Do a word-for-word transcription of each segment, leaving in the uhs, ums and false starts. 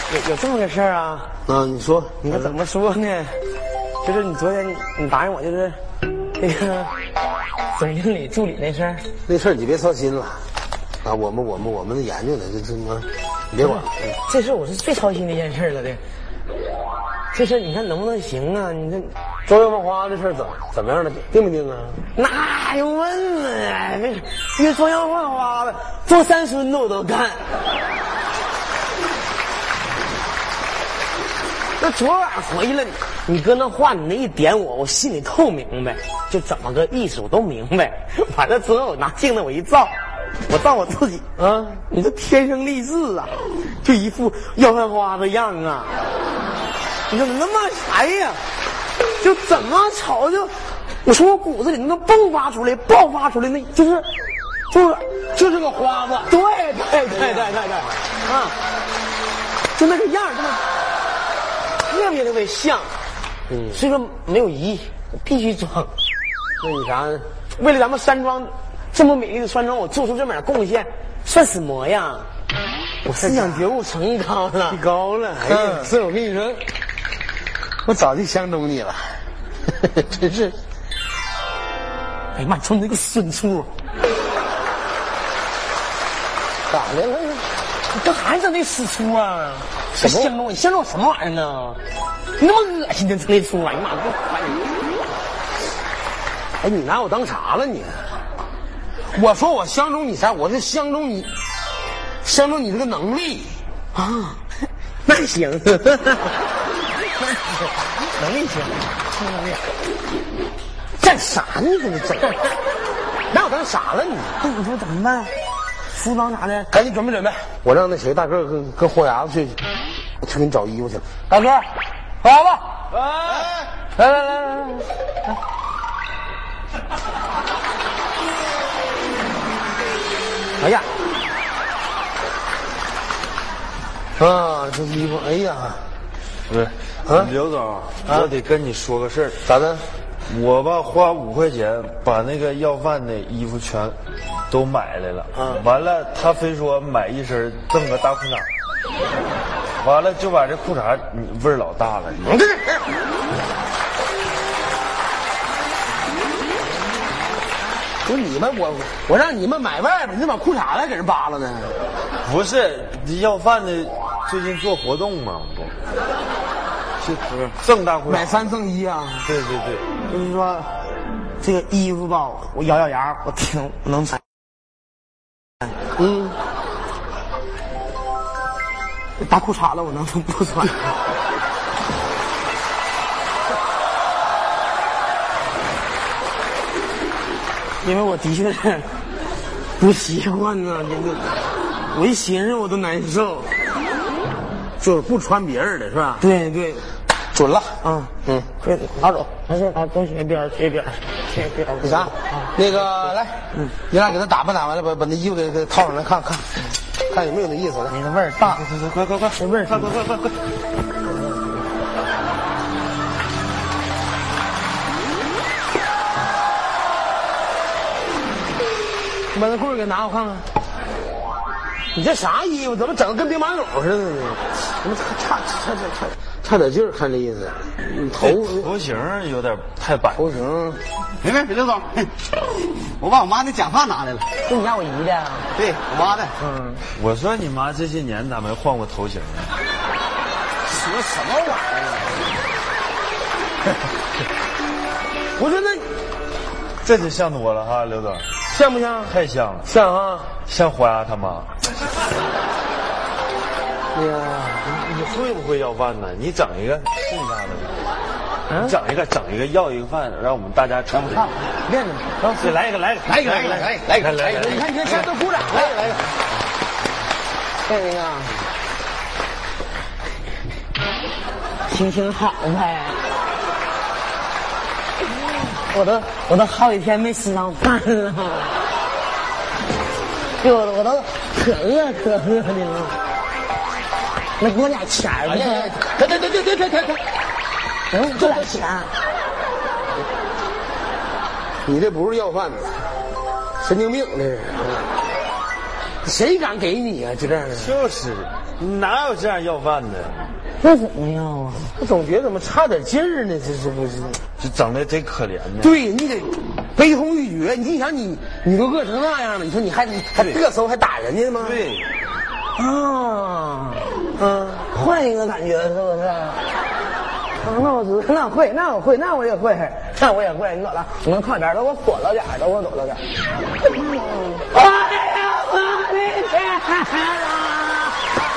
有有这么个事儿啊？ 啊，你说， 你看怎么说呢？就是你昨天你答应我，就是那个总经理助理那事儿。 那事儿你别操心了，啊，我们我们我们的研究呢，这这么，你别管。 嗯、这事我是最操心的一件事了的。这事你看能不能行啊？你这装药花这事儿怎怎么样了？定不定啊？ 那有问呢？没事，因为装药花的，做三孙子我都干。那昨晚回去了，你搁那话你那一点我，我心里透明白，就怎么个意思我都明白。完了之后我拿镜子我一照，我照我自己啊，你这天生丽质啊，就一副要饭花的样啊。你怎么那么哎呀？就怎么瞅就，我说我骨子里能迸发出来、爆发出来，那就是就是就是个花子。 对对对对对对，啊，就那个样，就那特别特别像。嗯，所以说没有疑义，必须装。 那你啥？ 为了咱们山庄这么美丽的山庄，我做出这么点贡献，算什么呀？我思想觉悟成高了， 高了。哎呀，这、嗯、我跟你说，我早就相中你了，真是。 哎呀妈，你瞅你那个损出！ 咋的了？ 你干啥整那死出啊？什么相中我？你相中我什么玩意儿呢？你那么恶心的整那出，哎呀妈，给我烦你！ 哎，你拿我当啥了你？我说我相中你啥？我是相中你，相中你这个能力啊。那行，那行，能力行，能力。 干啥呢？这整，拿我当啥了你？ 那你说怎么办？服装啥的， 赶紧准备准备。我让那谁大个跟跟豁牙子去，我去给你找衣服去了。大哥，豁牙子，来来来来来来。哎呀，啊，这衣服，哎呀， 不是，啊，刘总，啊、我得跟你说个事儿。 咋的？ 我吧，花五块钱把那个要饭的衣服全都买来了。嗯，完了，他非说买一身赠个大裤衩，完了就把这裤衩味儿老大了。 你这是。不是你们，我我让你们买外边，你把裤衩子给人扒了呢？ 不是，要饭的最近做活动嘛，不，是不是赠大裤衩？ 买三赠一啊？ 对对对， 就是说这个衣服吧，我咬咬牙，我挺能穿。 嗯， 大裤衩子我能不穿？因为我的确是不习惯呢，这个我一寻思我都难受， 就是不穿别人的是吧？ 对对， 准了， 啊嗯，快拿走，没事啊，都斜边斜边斜边。 那啥，那个来，嗯，你俩给他打扮打扮了，把把那衣服给给套上来看看，看有没有那意思来。 你的味儿大， 快快快， 这味儿大， 快快快快！ 把那棍儿给拿我看看。 你这啥衣服？怎么整得跟兵马俑似的呢？怎么差差差差差点劲儿？看这意思，头头型有点太板。 头型， 没没，刘总，我把我妈那假发拿来了。 是你家我姨的？ 对，我妈的。 嗯，我说你妈这些年咋没换过头型呢？ 说什么玩意儿？我说那这就像多了哈，刘总。 像不像？ 太像了， 像啊， 像花丫他妈。 哎呀， 你你会不会要饭呢？你整一个试一下子， 嗯， 整一个整一个要一个饭，让我们大家尝尝。 练着， 对，来一个，来一个， 来一个，来一个，来一个，来一个， 你看，你看，现在都鼓掌， 来一个，来一个， 这个呀，心情好呗。我都我都好几天没吃上饭了，就我我都可饿可饿的了。那给我点钱儿吧！ 对对对对对对对对， 给我点钱。 你这不是要饭的，神经病这是。谁敢给你啊？就这样的。 就是， 哪有这样要饭的？ 那怎么样啊？ 我总觉得怎么差点劲儿呢？这是不是？ 就整的贼可怜呢。 对你得悲痛欲绝。你想你你都饿成那样了，你说你还你还嘚瑟还打人家吗？ 对。 啊，嗯，换一个感觉是不是？啊，那我知，那会，那我会，那我也会，那我也会。你走了，你们快点，都给我躲了点，都给我躲了点。哎呀，我的天啊！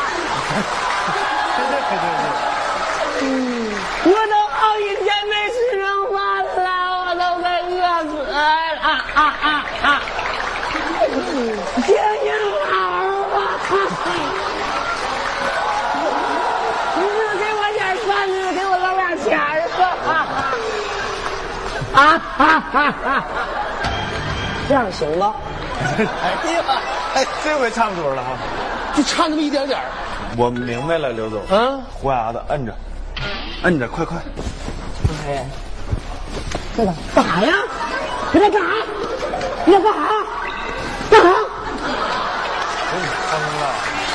嗯，我都好几天没吃上饭了，我都快饿死了！啊啊啊啊！行行好吧，你是给我点饭，你是给我捞点钱儿吧？啊哈哈哈！这样行吗？ 哎呀，哎，这回差不多了哈， 就差那么一点点儿。 我明白了，刘总。 嗯， 胡牙子，摁着，摁着，快快。 哎呀，这个干啥呀？你在干啥？你在干啥？干啥？ 我你疯了！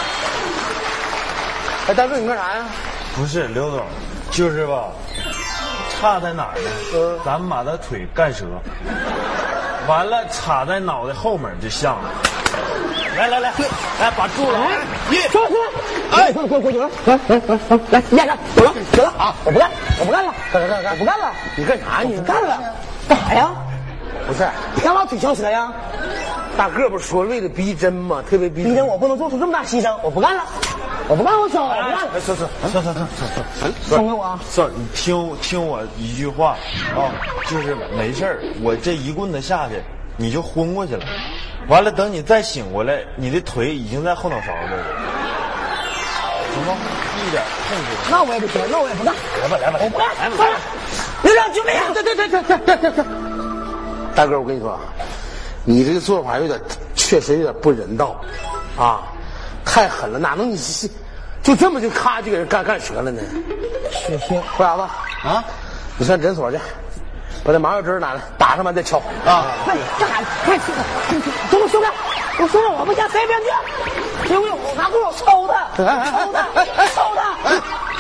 哎，大哥，你干啥呀？ 不是刘总，就是吧，差在哪儿呢？ 嗯， 咱们把他腿干折，完了插在脑袋后面就像了。来来来，来把住了！ 一，走走，哎，滚滚滚滚，来来来来，来，验证，走了走了啊！我不干，我不干了，干干干，我不干了！ 你干啥？你不干了？干啥呀？ 不是， 你干嘛腿敲折呀？ 大个不是说为了逼真吗？特别逼真。 逼真，我不能做出这么大牺牲，我不干了，我不干，我走，我不干了。 算算算算算算， 送给我。 算，你听听我一句话啊，就是没事儿，我这一棍子下去，你就昏过去了。完了，等你再醒过来，你的腿已经在后脑勺这了，行吗？一点控制。 那我也不行，那我也不干。 来吧来吧， 我不干，来吧，刘长就这样。 对对对对对对对对。大哥，我跟你说啊，你这个做法有点，确实有点不人道，啊，太狠了，哪能你就这么就咔就给人干干折了呢？ 血腥， 胡哑子啊， 你上诊所去，把那麻药针拿来，打上完再敲啊。 快干啥？快去！给我休干！我说我不行，谁也别去！谁有我拿棍我抽他，抽他，抽他！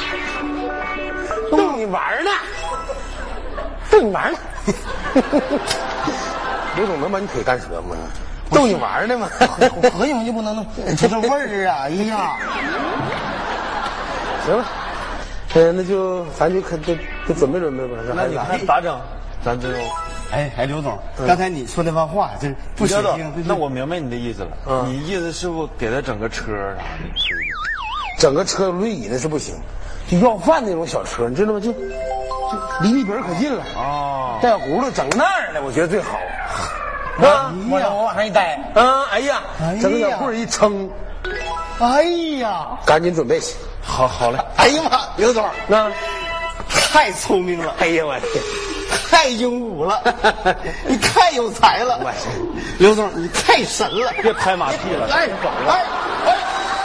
逗你玩呢，逗你玩呢。刘总能把你腿干折吗？逗你玩呢吗？ 合计我就不能弄， 这是味儿啊！哎呀， 行了，呃，那就咱就可就就准备准备吧。 那你看咋整？咱最后， 哎哎，刘总，刚才你说那番话真不血腥。 那我明白你的意思了。 嗯， 你意思是不是给他整个车啥的？ 整个车轮椅那是不行，就要饭那种小车，你知道吗？就就离你本可近了啊， 带葫芦整那儿了，我觉得最好。 啊！我我往上一待， 啊，哎呀，整个小棍一撑， 哎呀， 赶紧准备去。 好好嘞。 哎呀妈，刘总， 那太聪明了！ 哎呀我天， 太英武了，你太有才了！刘总，你太神了！ 别拍马屁了， 哎， 走了。 哎哎，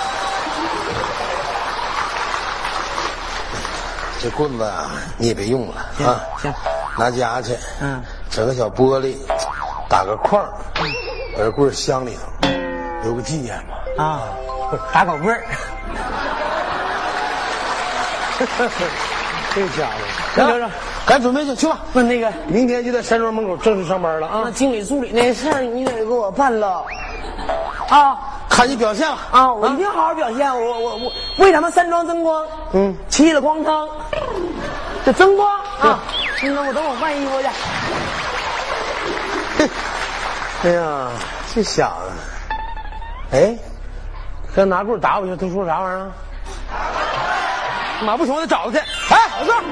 这棍子啊，你也别用了啊， 行， 拿家去， 嗯， 整个小玻璃，打个框，把这棍镶里头，留个纪念嘛。 啊，打狗棍儿。 这家伙，赶紧赶准备去去吧。 不，那个， 明天就在山庄门口正式上班了啊！ 那经理助理那事儿你得给我办了，啊看你表现了啊！我一定好好表现，我我我为咱们山庄争光， 嗯， 起了光汤，这争光啊！那我等我换衣服去。 哎呀，这小子，哎，刚拿棍打我一下，他说啥玩意儿？妈不行，我得找他去。哎，老哥，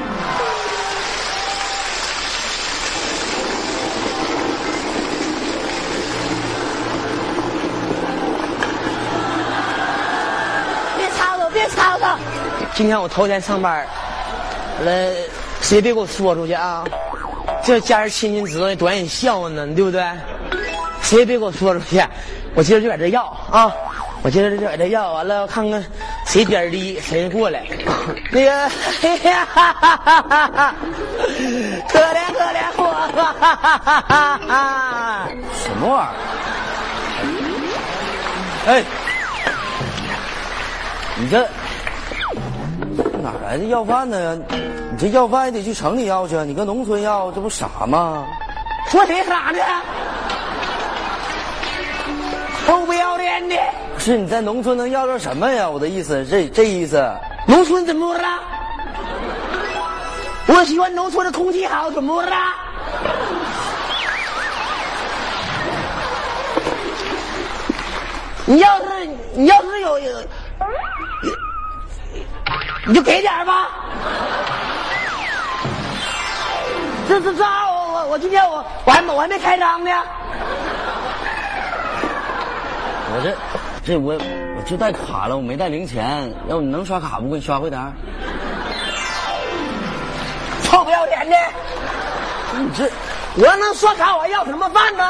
别吵吵，别吵吵！今天我头天上班，完了谁别给我说出去啊！这家人亲戚知道多让人笑话呢，对不对？谁也别给我说出去，我今儿就在这要啊！我今儿就在这要，完了看看谁点儿低谁过来。那个，哎呀，哈哈哈哈哈可怜可怜我！哈哈哈哈哈什么玩意儿？ 哎， 你这哪来的要饭的呀？你这要饭也得去城里要去，你搁农村要，这不傻吗？ 说谁傻呢？臭不要脸的！ 是你在农村能要着什么呀？我的意思，这这意思。 农村怎么了？我喜欢农村的空气好，怎么了？你要是你要是有有，你就给点吧。这这这我我我今天我我还我还没开张呢。 我这这我我就带卡了，我没带零钱。要不你能刷卡不？给你刷回点。 臭不要脸的！ 你这我要能刷卡，我还要什么饭呢？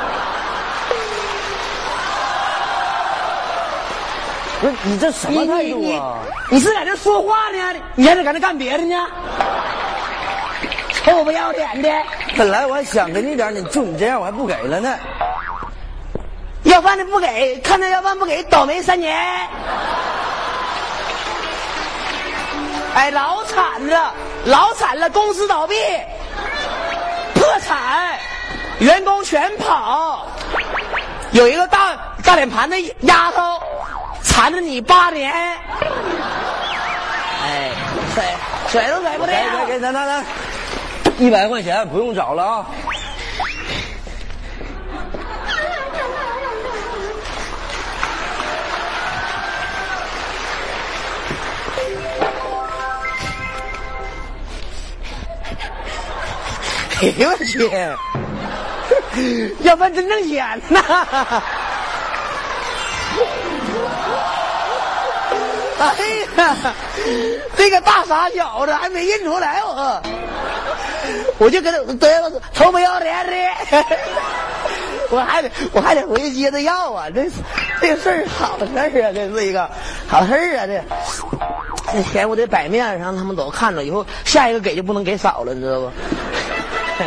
不是你这什么态度啊？ 你, 你, 你是在这说话呢，你还是在这干别的呢？臭不要脸的！ 本来我还想给你点，你就你这样，我还不给了呢。 要饭的不给，看着要饭不给，倒霉三年。哎，老惨了，老惨了，公司倒闭，破产，员工全跑，有一个大大脸盘的丫头缠着你八年。哎，甩甩都甩不掉。 给给咱咱咱，一百块钱不用找了啊。 哎呦我去！要不然真挣钱呐！哎呀，这个大傻小子还没认出来我，我就跟他对我臭不要脸的，我还得我还得回去接着要啊！这这个事儿好事儿啊，这是一个好事儿啊！这这钱我得摆面上，他们都看着，以后下一个给就不能给少了，你知道不？可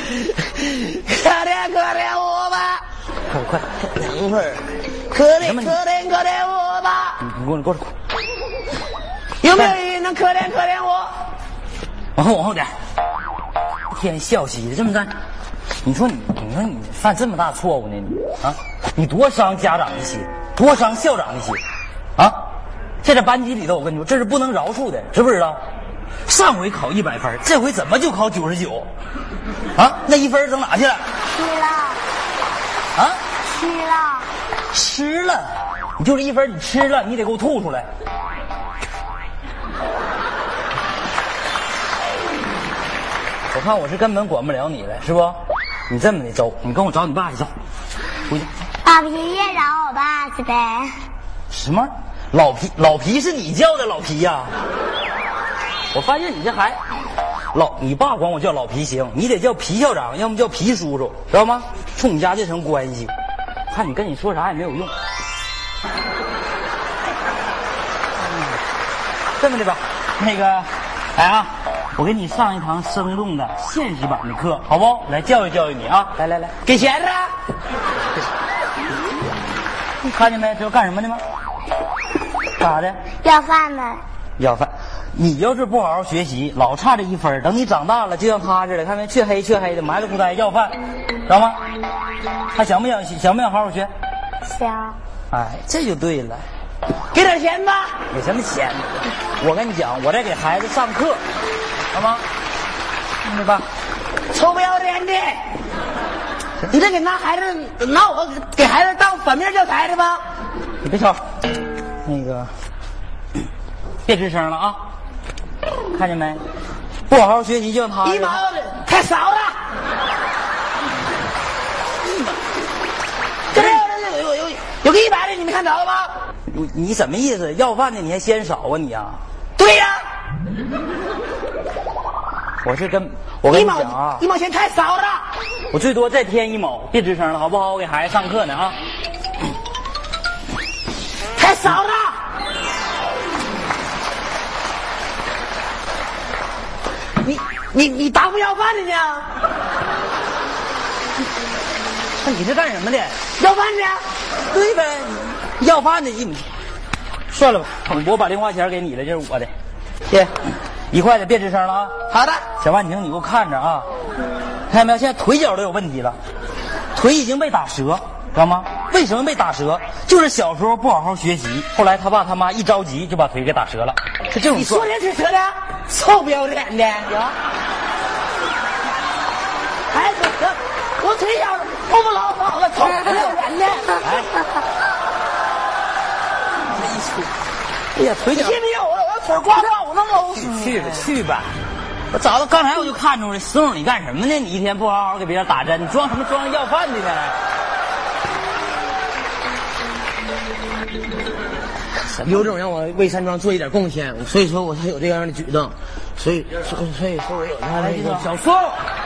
怜可怜我吧， 快快等会儿，可怜可怜可怜我吧。 你给我过来， 有没有人能可怜可怜我？ 往后往后点，一天笑嘻的这么干。你说你你说你犯这么大错误呢？你啊，你多伤家长的心，多伤校长的心啊！在这班级里头，我跟你说，这是不能饶恕的，知不知道？上回考一百分，这回怎么就考九十九？啊，那一分整哪去了？ 吃了。 啊？ 吃了。 吃了？你就这一分，你吃了，你得给我吐出来。我看我是根本管不了你了，是不？你这么的走，你跟我找你爸去走，回去。 老皮也找我爸去呗。 什么？老皮？老皮是你叫的老皮呀、啊？我发现你这还老，你爸管我叫老皮行，你得叫皮校长，要么叫皮叔叔，知道吗？冲你家这层关系，看你跟你说啥也没有用。嗯、这么的吧，那个，来啊，我给你上一堂生动的现实版的课，好不？来教育教育你啊！来来来， 给钱了。 你看见没？这要干什么的吗？干啥的？ 要饭的。 要饭。你要是不好好学习，老差这一分，等你长大了，就像他似的，看没？黢黑黢黑的，埋了裤呆要饭，知道吗？还想不想想不想好好学？ 想。 哎，这就对了。 给点钱吧。 给什么钱？我跟你讲，我在给孩子上课，知道吗？明白吧？ 臭不要脸的！你这给拿孩子拿我给孩子当反面教材的吧？ 你别吵，那个别吱声了啊！看见没？不好好学习就像他一毛太少了。这有有有有个一百的，你没看着了吗？ 你你什么意思？要饭的你还嫌少啊你呀、啊？ 对呀、啊。 我是跟我跟你讲啊， 一毛钱太少了。 我最多再添一毛，别吱声了，好不好？我给孩子上课呢啊。 太少了。你你你答复要饭的呢？ 那你是干什么的？ 要饭的。 对呗，要饭的你算了吧，我把零花钱给你了，这是我的。 姐， 一块的别吱声了啊。 好的。 小万婷，你给我看着啊，看见没有？现在腿脚都有问题了，腿已经被打折，知道吗？为什么被打折？就是小时候不好好学习，后来他爸他妈一着急就把腿给打折了。是这种。 你说人是折的，臭不要脸的！呀！哎，我腿脚我不老好了，臭不要脸的！哎，这一出，哎呀，腿脚！信没有我我腿刮掉，我那么去吧去吧。我早刚才我就看出来，石头你干什么呢？你一天不好好给别人打针，你装什么装要饭的呢？ 刘总让我为山庄做一点贡献，所以说我才有这样的举动，所以所以所以说我有他那个小宋。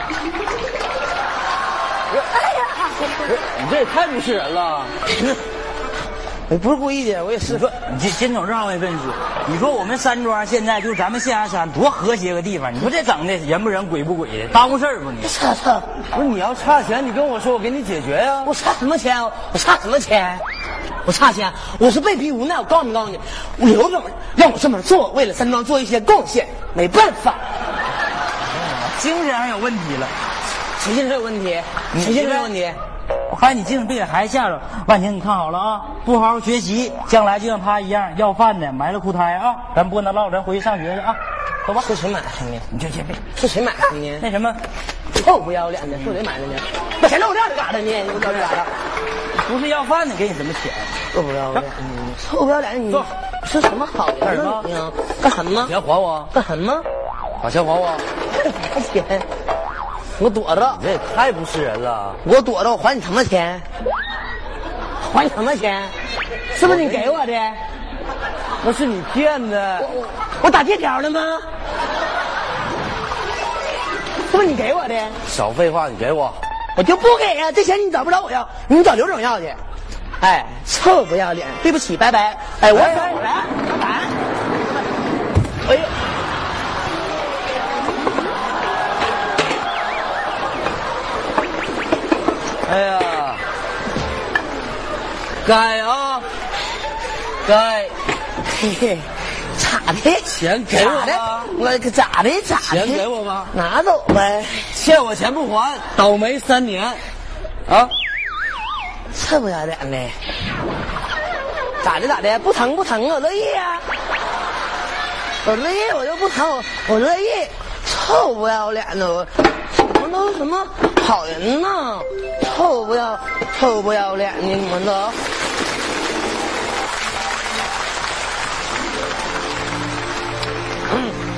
哎呀， 你这也太不是人了！ 我不是故意的，我也是。 你说你这金总让我也认识。你说我们山庄现在就是咱们象牙山多和谐个地方，你说这整的人不人鬼不鬼的，耽误事儿不你？ 差差， 不是你要差钱，你跟我说，我给你解决呀、啊。 我差什么钱？我差什么钱？我差钱，我是被逼无奈。我告诉你，告诉你，刘总让我这么做，为了山庄做一些贡献，没办法。 精神上有问题了， 谁精神有问题？谁精神有问题？ 我看你精神被给孩子吓着。万婷，你看好了啊，不好好学习，将来就像他一样要饭的，埋了裤胎啊！咱不跟他唠，咱回去上学去啊！走吧。 是谁买的呢？ 你就先别。 是谁买的呢？ 那什么， 臭不要脸的，是谁买的呢？把钱漏这儿干啥呢？你漏这儿干啥？ 不是要饭的，给你什么钱？ 臭不要脸！臭不要脸！你是什么好人呢？你干什么？ 钱还我！ 干什么？ 把钱还我！ 还钱？我躲着！ 你这也太不是人了！ 我躲着，我还你什么钱？还你什么钱？是不是你给我的？ 那是你骗的！ 我我我打借条了吗？是不是你给我的？ 少废话，你给我！ 我就不给呀、啊！这钱你找不着我要，你找刘总要去。哎，臭不要脸！对不起，拜拜。哎，我走了，拜拜。哎呦！ 哎呀，该啊，该， 嘿嘿，咋的？ 钱给我吧！ 我可咋的？咋的？ 钱给我吧， 拿走呗。 欠我钱不还，倒霉三年，啊！ 臭不要脸的！咋的咋的？不疼不疼，我乐意呀、啊！我乐意，我就不疼，我我乐意。臭不要脸的，我我们都是什么好人呢？臭不要臭不要脸的，你们都。嗯。